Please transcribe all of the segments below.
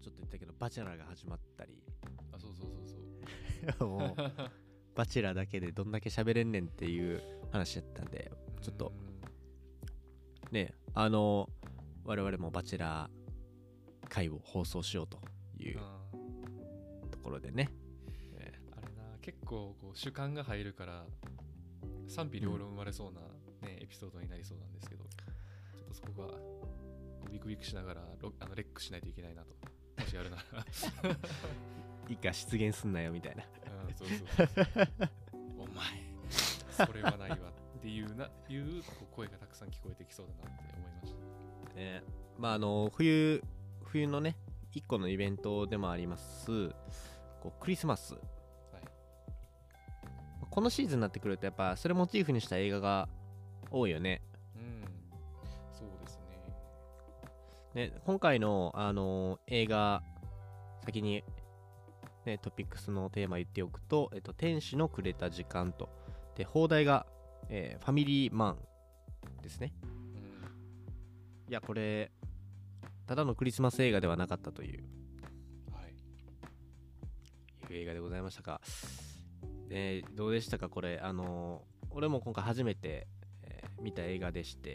ちょっと言ったけどバチェラーが始まったりあ、そうそうそうそうもうバチェラーだけでどんだけ喋れんねんっていう話やったんで、ちょっとね、我々もバチェラー回を放送しようというところでね、 あれな、結構こう主観が入るから賛否両論生まれそうな、ね、エピソードになりそうなんですけど、ちょっとそこがビクビクしながらレックしないといけないなと、もしやるならいいか出現すんなよみたいなそうそうお前それはないわっていうこう声がたくさん聞こえてきそうだなって思いました。 ね。まあ冬のね一個のイベントでもありますこうクリスマス、このシーズンになってくるとやっぱそれモチーフにした映画が多いよね。 そうですね。今回の映画先にねトピックスのテーマ言っておくと、天使のくれた時間とで、放題が、ファミリーマンですね。いやこれただのクリスマス映画ではなかったという、いう映画でございましたが、どうでしたかこれ。俺も今回初めて、見た映画でして、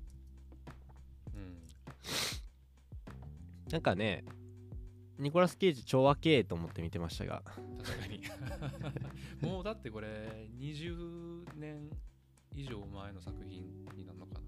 なんかねニコラス・ケイジ超若えと思って見てましたが、 確かにもうだってこれ20年以上前の作品になるのかな。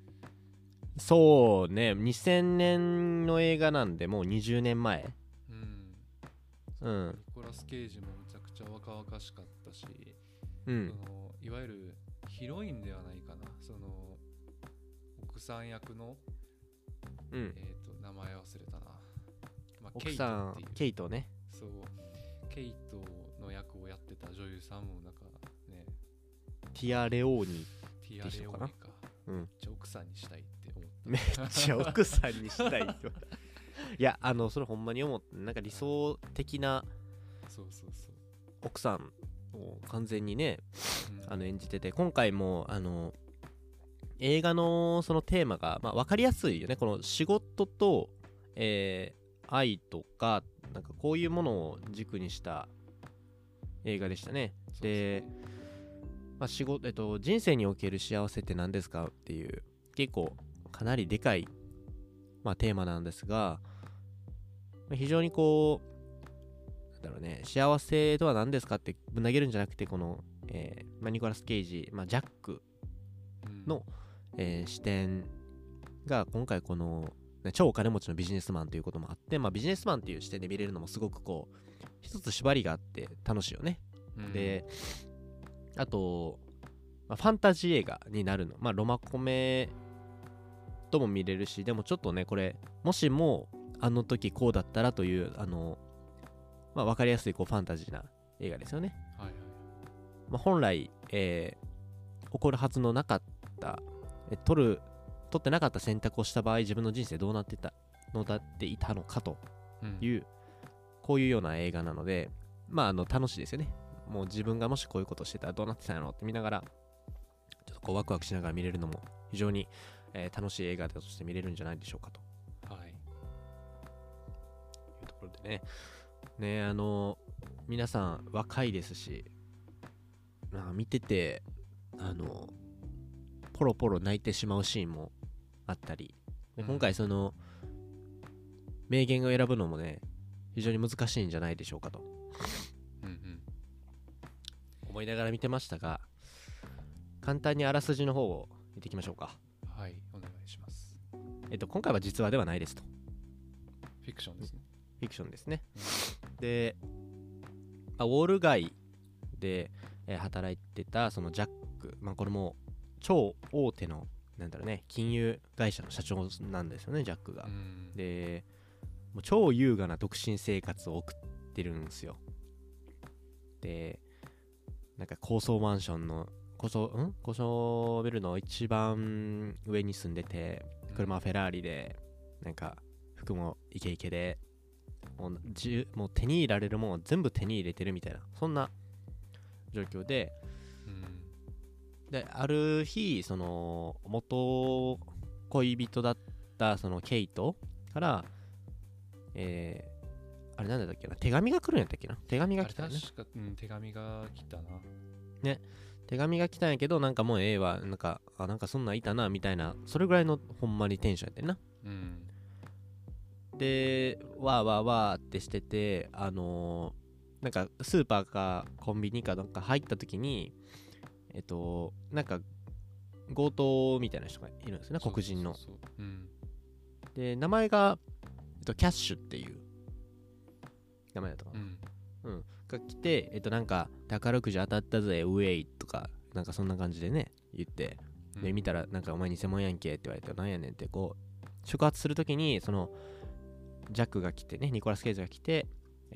そうね、2000年の映画なんでもう20年前。 ニコラス・ケイジもめちゃくちゃ若々しかったし、いわゆるヒロインではないかな、その奥さん役の、名前忘れたな、 奥さんケイトね。 そう、ケイトの役をやってた女優さんもなんかね、 ティア・レオーニでしょうかな。めっちゃ奥さんにしたいって思った。 めっちゃ奥さんにしたいっていやそれほんまに思って、なんか理想的な奥さんを完全にね、演じてて、今回も映画のそのテーマが、分かりやすいよね。この仕事と、愛とかなんかこういうものを軸にした映画でしたね。で、仕事、人生における幸せって何ですかっていう結構かなりでかい、テーマなんですが、非常にこうなんだろうね、幸せとは何ですかってぶん投げるんじゃなくて、この、ニコラス・ケイジ、ジャックの、視点が今回この超お金持ちのビジネスマンということもあって、ビジネスマンっていう視点で見れるのもすごくこう一つ縛りがあって楽しいよね。で、あと、ファンタジー映画になるの、ロマコメとも見れるし、でもちょっとねこれもしもあの時こうだったらという分かりやすいこうファンタジーな映画ですよね。本来、起こるはずのなかった取ってなかった選択をした場合、自分の人生どうなっていたのかという、こういうような映画なので、楽しいですよね。もう自分がもしこういうことをしてたらどうなってたのって見ながら、ちょっとこうワクワクしながら見れるのも非常に、楽しい映画として見れるんじゃないでしょうかと、いうところでね。皆さん若いですし、見ててポロポロ泣いてしまうシーンもあったり、今回その名言を選ぶのもね非常に難しいんじゃないでしょうかと思いながら見てましたが、簡単にあらすじの方を見ていきましょうか。 はい、お願いします。 今回は実話ではないですと。 フィクションですね。 フィクションですね。で、ウォール街で、働いてたそのジャック、これも超大手のなんだろうね、金融会社の社長なんですよね、ジャックが。で、もう超優雅な独身生活を送ってるんですよ。で、なんか高層マンションの高層ビルの一番上に住んでて、車はフェラーリで、なんか服もイケイケで、もう手に入れられるものを全部手に入れてるみたいな、そんな状況で、である日その元恋人だったそのケイトからあれなんだったっけな、手紙が来るんやったっけな、手紙が来たよね。 確か、手紙が来たな。 ね、手紙が来たんやけど、なんかもうええわ、なんかそんなんいたなみたいな、それぐらいのほんまにテンションやってんな。で、わーわーわーってしてて、なんかスーパーかコンビニかなんか入った時に、なんか強盗みたいな人がいるんですね、黒人の。で、名前が、キャッシュっていう名前だったかな。が来て、なんか宝くじ当たったぜ、ウェイとか、なんかそんな感じでね、言って、で、見たら、なんかお前偽物やんけって言われて、なんやねんってこう、触発するときに、その、ジャックが来てね、ニコラス・ケイジが来て、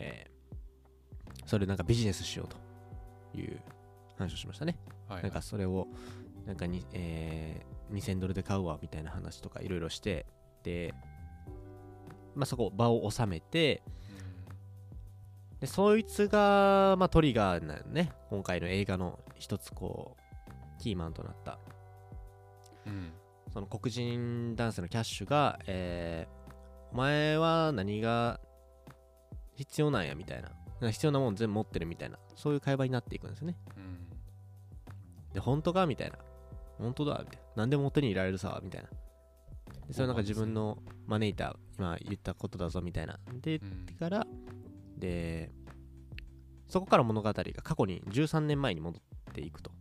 それなんかビジネスしようという話をしましたね。なんかそれを、なんかに、$2000で買うわみたいな話とかいろいろして、で、まあそこ場を収めて、でそいつが、まあ、トリガーなのね、今回の映画の一つこうキーマンとなった、その黒人男性のキャッシュが、お前は何が必要なんやみたいな、必要なもん全部持ってるみたいな、そういう会話になっていくんですね。で、本当かみたいな、本当だみたいな、何でも手に入れられるさみたいな、でそれなんか自分の招いた今言ったことだぞみたいなで言ってから、でそこから物語が過去に13年前に戻っていくと、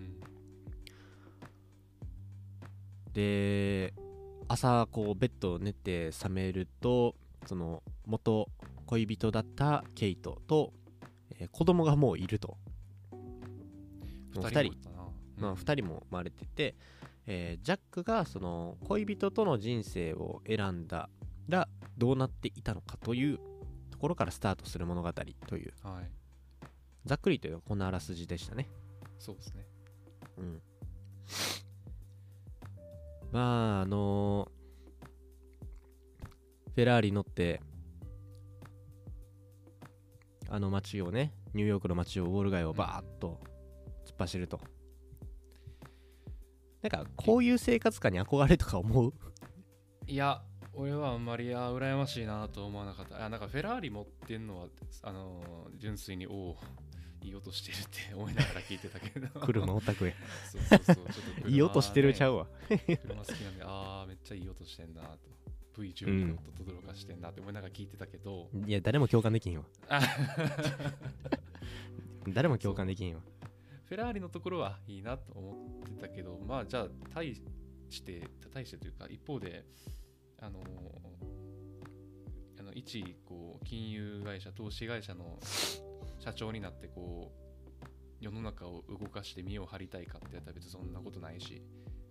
で朝こうベッドを寝て覚めると、その元恋人だったケイトと、子供がもういると、2人も生まれてて、ジャックがその恋人との人生を選んだらどうなっていたのかというところからスタートする物語という、ざっくりというこんなあらすじでしたね。 そうですね。 まあフェラーリ乗って街をね、ニューヨークの街をウォール街をバーッと突っ走ると、なんかこういう生活感に憧れとか思う？ いや、俺はあんまり羨ましいなと思わなかった。なんかフェラーリ持ってんのは純粋にいい音してるって思いながら聞いてたけど車オタクやそうちょっと車、 いい音してるちゃうわ車好きなんで、めっちゃいい音してんなと、 V12 の音とどろかしてんなって思いながら聞いてたけど、 いや誰も共感できんわ誰も共感できんわ。 フェラーリのところはいいなと思ってたけど、まあじゃあ対してというか一方で一こう金融会社投資会社の社長になってこう世の中を動かして身を張りたいかってやったら別にそんなことないし、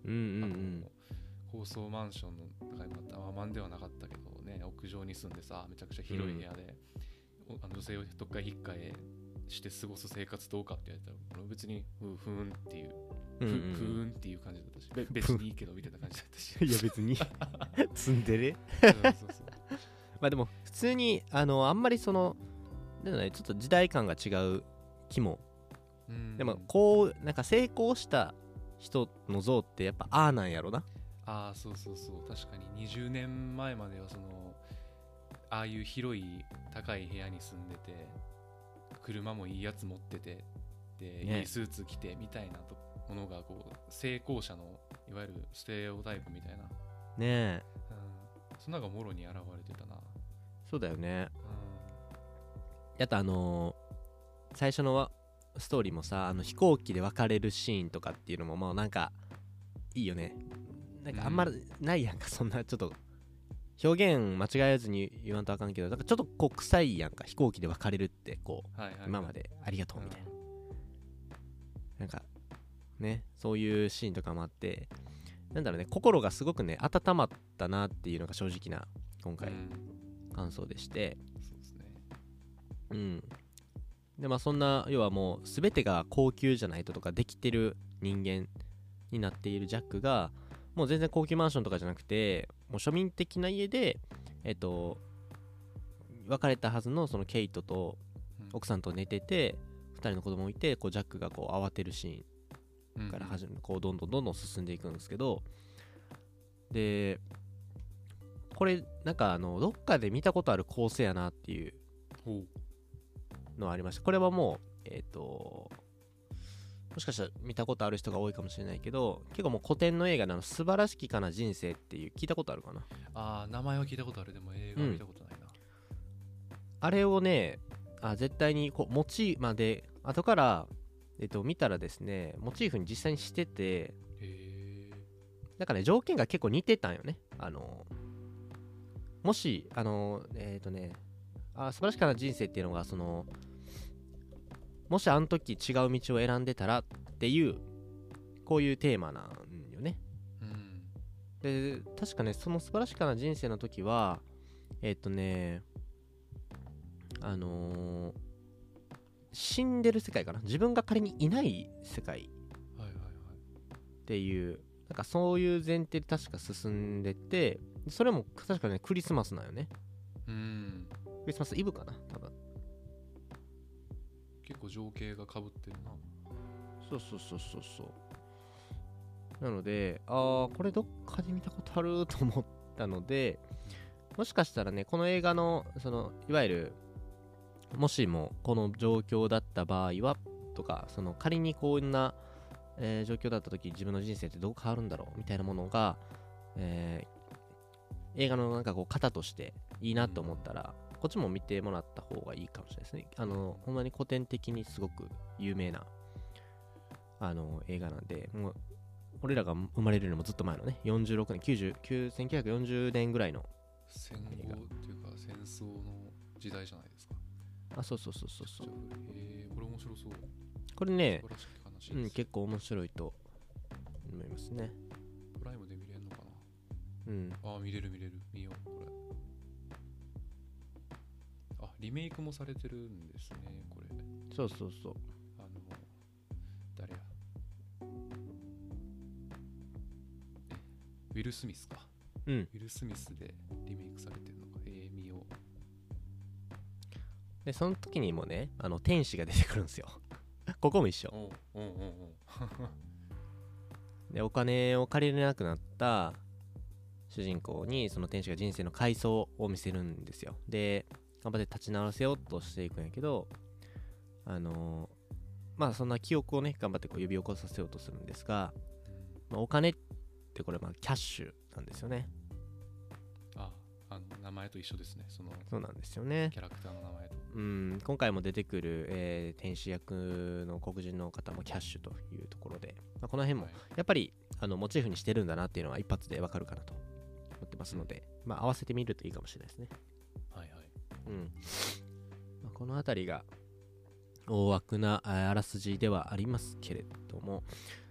高層マンションのタワマンではなかったけどね、屋上に住んでさ、めちゃくちゃ広い部屋で、女性をどっか引っかえして過ごす生活どうかって言われたら別にふーんっていうふーんっていう感じだったし、別にいいけどみたいな感じだったしいや別にツンデレまあでも普通にあんまりそのちょっと時代感が違う気も、でもこうなんか成功した人の像ってやっぱああなんやろな。 そう確かに20年前まではああいう広い高い部屋に住んでて、車もいいやつ持ってて、で、いいスーツ着てみたいなものがこう成功者のいわゆるステレオタイプみたいなね、 そんなのがもろに現れてたな。 そうだよね。あと最初のストーリーもさ、飛行機で別れるシーンとかっていうのももうなんかいいよね。なんかあんまないやんか、そんなちょっと表現間違えずに言わんとあかんけど、なんかちょっとこう臭いやんか、飛行機で別れるってこう、今までありがとうみたいな、なんかね、そういうシーンとかもあって、なんだろうね、心がすごくね温まったなっていうのが正直な今回感想でして、 そうですね。 でまあそんな、要はもう全てが高級じゃないととかできてる人間になっているジャックが、もう全然高級マンションとかじゃなくて、もう庶民的な家で別れたはずのそのケイトと奥さんと寝てて、2人の子供いて、こうジャックがこう慌てるシーンからこうどんどん進んでいくんですけど、でここれなんかどっかで見たことある構成やなっていうのはありました。これはもうもしかしたら見たことある人が多いかもしれないけど、結構もう古典の映画の素晴らしきかな人生っていう聞いたことあるかな。 ああ、名前は聞いたことある。でも映画見たことないな。 あれをね、絶対にこうモチーフまで後から見たらですね、モチーフに実際にしてて、なんかね条件が結構似てたんよね。もし素晴らしきかな人生っていうのがもしあの時違う道を選んでたらっていうこういうテーマなんよね。で確かねその素晴らしきかな人生の時は死んでる世界かな、自分が仮にいない世界っていうなんかそういう前提で確か進んでて、それも確かねクリスマスなんよね。クリスマスイブかな多分。 結構情景がかぶってるな。 そうなのでこれどっかで見たことあると思ったので、もしかしたらねこの映画のいわゆるもしもこの状況だった場合はとか、仮にこんな、状況だった時自分の人生ってどう変わるんだろうみたいなものが、映画のなんかこう型としていいなと思ったら、こっちも見てもらった方がいいかもしれないですね。ほんまに古典的にすごく有名な映画なんで、もう俺らが生まれるよりもずっと前のね46年1940年ぐらいの戦後っていうか戦争の時代じゃないですか。 そうこれ面白そう。 これね、結構面白いと思いますね。 プライムで見れるのかな。見れる見ようこれ。リメイクもされてるんですねこれ。 そう誰や、ウィル・スミスか。ウィル・スミスでリメイクされてるのか。見よう。 でその時にもね天使が出てくるんですよここも一緒でお金を借りれなくなった主人公にその天使が人生の回想を見せるんですよ。で頑張って立ち直らせようとしていくんやけど、そんな記憶をね頑張ってこう呼び起こさせようとするんですが、お金ってこれキャッシュなんですよね。 名前と一緒ですね。 そうなんですよね。 キャラクターの名前と。 今回も出てくる、天使役の黒人の方もキャッシュというところで、この辺もやっぱりモチーフにしてるんだなっていうのは一発でわかるかなと思ってますので、合わせてみるといいかもしれないですね。この辺りが大枠なあらすじではありますけれども、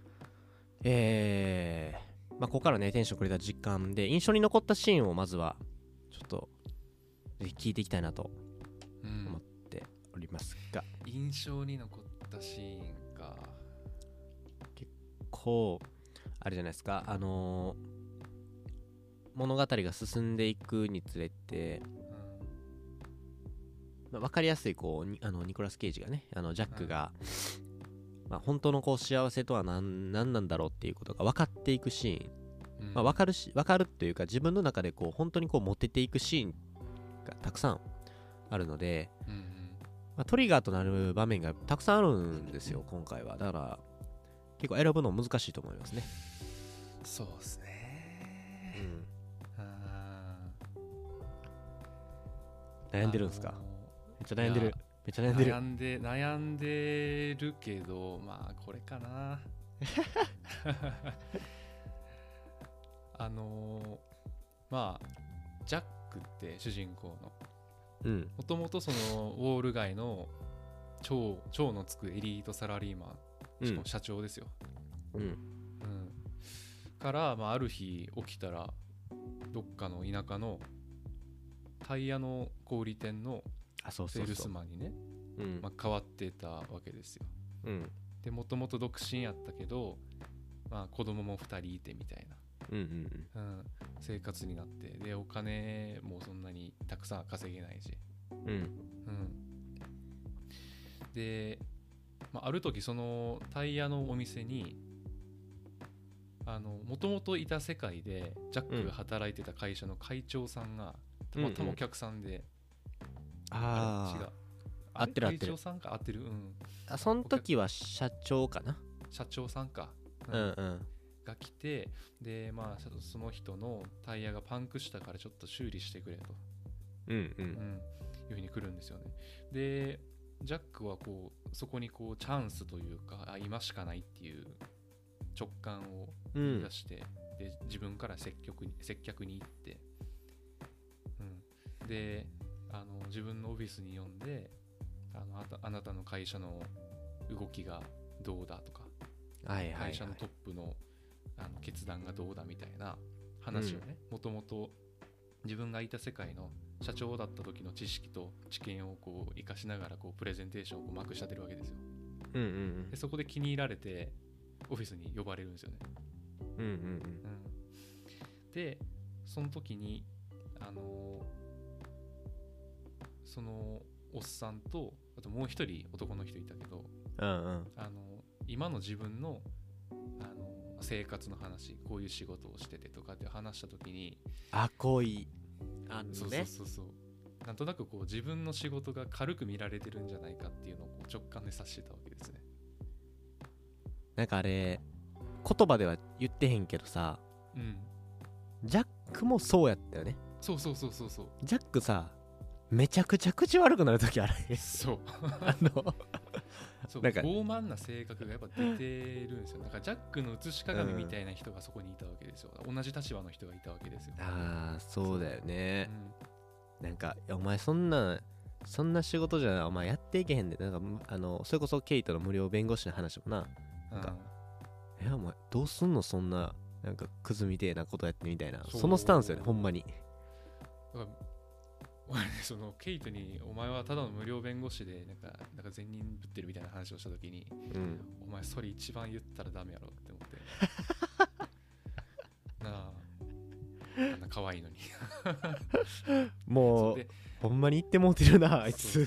ここからねテンションくれた時間で印象に残ったシーンをまずはちょっと聞いていきたいなと思っておりますが、 印象に残ったシーンか。 結構あれじゃないですか、物語が進んでいくにつれて、分かりやすいこうニコラス・ケイジがねジャックが、本当のこう幸せとは何なんだろうっていうことが分かっていくシーン、分かるというか自分の中でこう本当にこう持ってていくシーンがたくさんあるので、トリガーとなる場面がたくさんあるんですよ今回は。だから結構選ぶの難しいと思いますね。 そうですね。 悩んでるんですか？めっちゃ悩んでる。 悩んでるけど、これかなジャックって主人公のもともとそのウォール街の超のつくエリートサラリーマン、しかも社長ですよ。から、ある日起きたらどっかの田舎のタイヤの小売店のセールスマンにね変わってたわけですよ。でもともと独身やったけど、子供も2人いてみたいな、生活になって、でお金もそんなにたくさん稼げないし、で、ある時そのタイヤのお店にもともといた世界でジャックが働いてた会社の会長さんがたまたまお客さんで、 あ違う、 合ってる合ってる。 会長さんか合ってる、 その時は社長かな。 社長さんか、が来て、でまあその人のタイヤがパンクしたからちょっと修理してくれと、いうふうに来るんですよね。でジャックはこうそこにこうチャンスというか、今しかないっていう直感を出して、で自分から接客に行って、で自分のオフィスに呼んで、あなたの会社の動きがどうだとか、会社のトップの決断がどうだみたいな話をね、もともと自分がいた世界の社長だった時の知識と知見をこう活かしながらこうプレゼンテーションをこうまくし立てるわけですよ。でそこで気に入られてオフィスに呼ばれるんですよね。でその時にそのおっさんとあともう一人男の人いたけど、今の自分の生活の話、こういう仕事をしててとかって話した時に、 恋そうなんとなくこう自分の仕事が軽く見られてるんじゃないかっていうのをこう直感で察してたわけですね。 なんかあれ言葉では言ってへんけどさ、ジャックもそうやったよね。 そうジャックさめちゃくちゃ口悪くなる時ある。 そうなんか傲慢な性格がやっぱ出てるんですよ。だからジャックの写し鏡みたいな人がそこにいたわけですよ。同じ立場の人がいたわけですよ。 そうだよね。なんかお前そんな仕事じゃお前やっていけへんで、なんかそれこそケイトの無料弁護士の話もな、なんかお前どうすんのそんななんかクズみてえなことやってみたいな、そのスタンスよねほんまに。 だから俺そのケイトにお前はただの無料弁護士でなんか善人ぶってるみたいな話をした時に、お前それ一番言ったらダメやろって思ってなあ、あんな可愛いのにもうほんまに言ってもうてるなあいつ。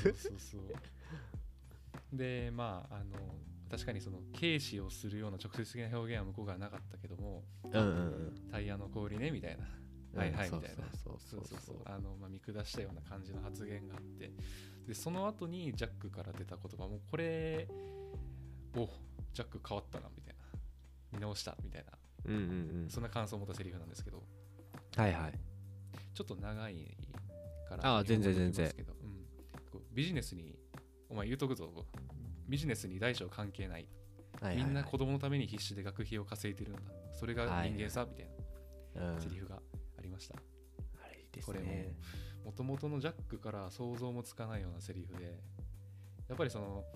でまあ確かにその軽視をするような直接的な表現は向こうがなかったけども、タイヤの氷ねみたいな、はいみたいな、見下したような感じの発言があって、でその後にジャックから出た言葉もこれジャック変わったなみたいな、見直したみたいな、そんな感想を持ったセリフなんですけど、ちょっと長いから全然ビジネスにお前言うとくぞ、ビジネスに大小関係ない、みんな子供のために必死で学費を稼いでるんだ、それが人間さみたいなセリフがありました。これもともとのジャックから想像もつかないようなセリフで、やっぱりその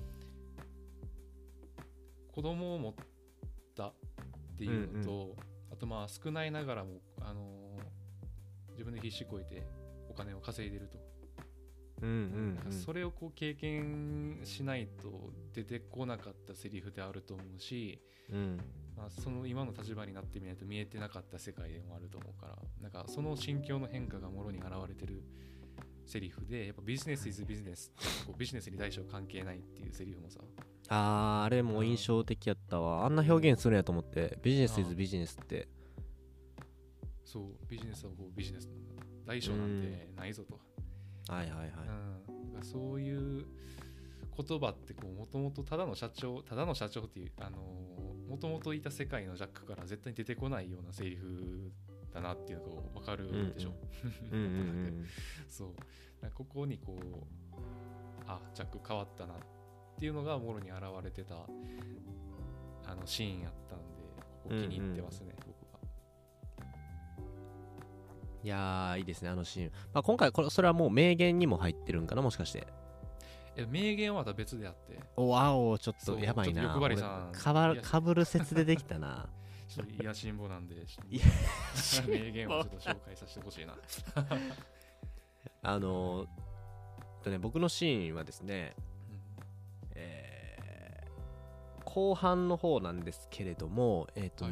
子供を持ったっていうのと、あとまあ少ないながらも自分で必死こいてお金を稼いでると、それをこう経験しないと出てこなかったセリフであると思うし、その今の立場になってみないと見えてなかった世界でもあると思うから、なんかその心境の変化がもろに現れてるセリフで、やっぱビジネスイズビジネス、ビジネスに大小関係ないっていうセリフもさ、 あれも印象的やったわ。あんな表現するんやと思って、ビジネスイズビジネスって、 そうビジネスはこうビジネスなんだ、大小なんてないぞと、そういう言葉ってもともとただの社長っていうもともといた世界のジャックから絶対に出てこないようなセリフだなっていうのが分かるでしょ。そうここにこうジャック変わったなっていうのがもろに現れてたシーンやったんで、ここ気に入ってますね、僕は。 いやいいですね、あのシーン。今回それはもう名言にも入ってるんかな、もしかして。 名言はまた別であって、 ちょっとやばいな、 欲張りさんかぶる説でできたな。 ちょっと癒しんぼなんで名言をちょっと紹介させてほしいな。 僕のシーンはですね、後半の方なんですけれども、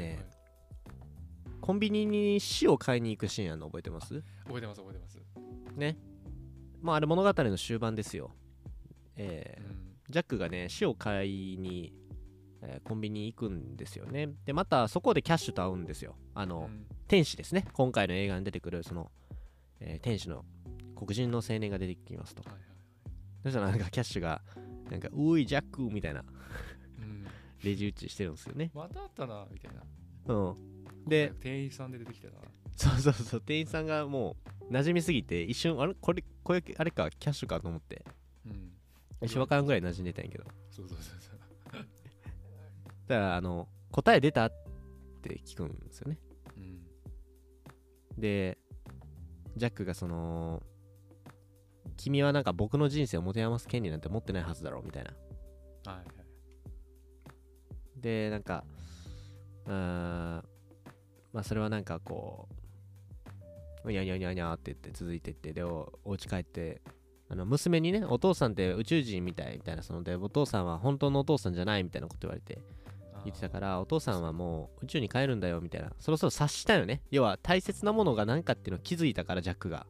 コンビニに塩を買いに行くシーンあるの覚えてます？ 覚えてますね。あれ物語の終盤ですよ。ジャックがね塩買いにコンビニ行くんですよね。でまたそこでキャッシュと会うんですよ。天使ですね。今回の映画に出てくるその、天使の黒人の青年が出てきますと、そしたらなんかキャッシュがなんかういジャックみたいなレジ打ちしてるんですよね。 またあったなみたいな。 で店員さんで出てきたな。 そう店員さんがもう馴染みすぎて一瞬これあれかキャッシュかと思って、一瞬分からんぐらい馴染んでたんやけど、 そうだから答え出たって聞くんですよね。でジャックがその君はなんか僕の人生を持て余す権利なんて持ってないはずだろうみたいな。でなんかまあそれはなんかこうにゃにゃにゃにゃって言って続いていって、でお家帰って娘にね、お父さんって宇宙人みたいな、そのでお父さんは本当のお父さんじゃないみたいなこと言われて言ってたから、お父さんはもう宇宙に帰るんだよみたいな、そろそろ察したよね。要は大切なものが何かっていうのを気づいたから、ジャックが。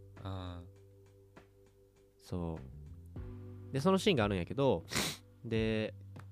そうでそのシーンがあるんやけど、で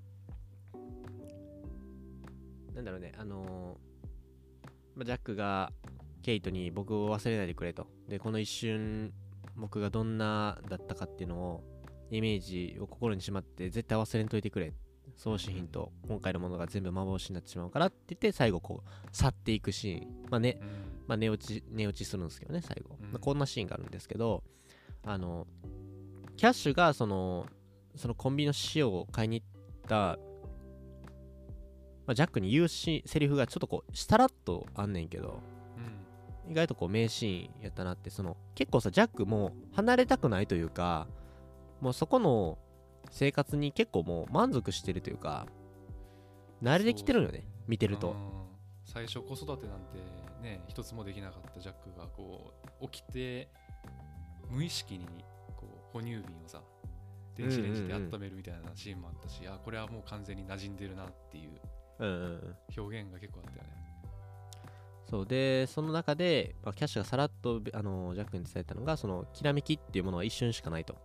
なんだろうね、ジャックがケイトに僕を忘れないでくれと、でこの一瞬僕がどんなだったかっていうのをイメージを心にしまって絶対忘れんといてくれ、そうしひんと今回のものが全部幻になってしまうからって言って、最後こう去っていくシーン、寝落ちするんですけどね最後、こんなシーンがあるんですけど、キャッシュがそのコンビニの塩を買いに行った、ジャックに言うセリフがちょっとこうしたらっとあんねんけど、意外とこう名シーンやったなって。結構さ、ジャックも離れたくないというか、もうそこの生活に結構もう満足してるというか、慣れてきてるよね、見てると。 最初子育てなんてね一つもできなかったジャックがこう起きて無意識にこう哺乳瓶をさ電子レンジで温めるみたいなシーンもあったし、これはもう完全に馴染んでるなっていう表現が結構あったよね。 そうでその中で、キャッシュがさらっとジャックに伝えたのが、そのきらめきっていうものは一瞬しかないと、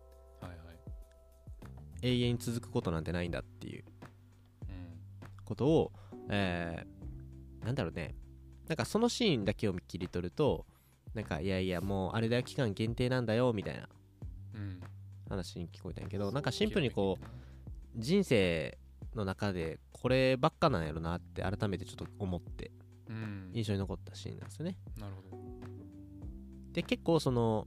永遠に続くことなんてないんだっていうことを、なんだろうね、なんかそのシーンだけを切り取ると、なんかいやいやもうあれだよ期間限定なんだよみたいな話に聞こえたんやけど、なんかシンプルにこう人生の中でこればっかなんやろなって改めてちょっと思って印象に残ったシーンなんですよね。 なるほど。 で結構この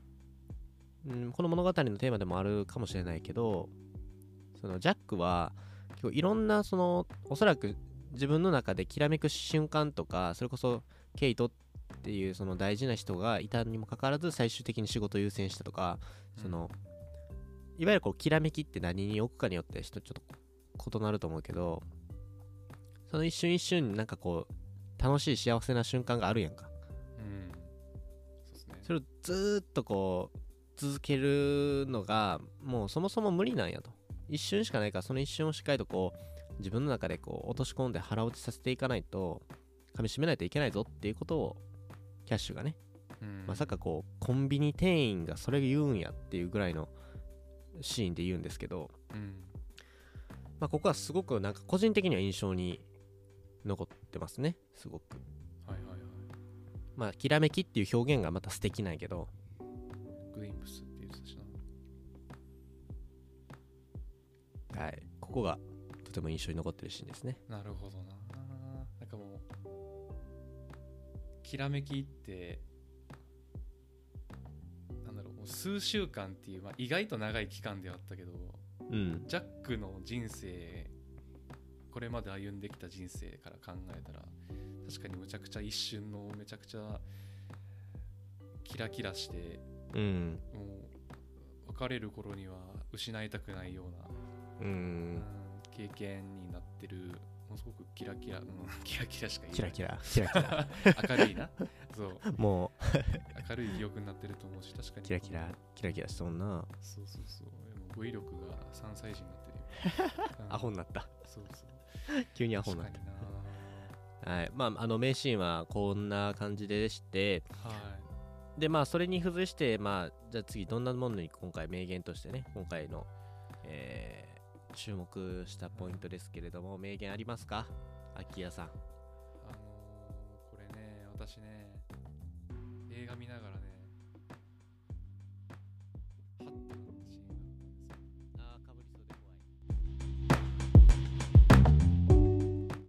物語のテーマでもあるかもしれないけど、そのジャックは結構いろんなおそらく自分の中できらめく瞬間とか、それこそケイトっていうその大事な人がいたにもかかわらず最終的に仕事を優先したとか、いわゆるこうきらめきって何に置くかによってちょっと異なると思うけど、その一瞬一瞬なんかこう楽しい幸せな瞬間があるやんか。 そうですね。 それをずーっとこう続けるのがもうそもそも無理なんやと。一瞬しかないから、その一瞬をしっかりとこう自分の中でこう落とし込んで腹落ちさせていかないと、噛み締めないといけないぞっていうことをキャッシュがね、まさかこうコンビニ店員がそれ言うんやっていうぐらいのシーンで言うんですけど、ここはすごくなんか個人的には印象に残ってますね。すごくきらめきっていう表現がまた素敵なんやけど、 グリンプスっていうやつだしな。はい、ここがとても印象に残ってるシーンですね。 なるほどな。なんかもうきらめきってなんだろう、もう数週間っていう、意外と長い期間ではあったけど、ジャックの人生、これまで歩んできた人生から考えたら確かにむちゃくちゃ一瞬のめちゃくちゃキラキラして、もう別れる頃には失いたくないような、経験になってる。ものすごくキラキラ、キラキラしか言えない。キラキラ明るいな。そうもう明るい記憶になってると思うし、確かにキラキラしそうな。そう語彙力が3歳児になってるよ。 アホになった。 そう急にアホになった。はい、名シーンはこんな感じでして、でそれに付随して、じゃあ次どんなものに今回名言としてね、今回の、 注目したポイントですけれども、名言ありますか、秋谷さん。 これね、私ね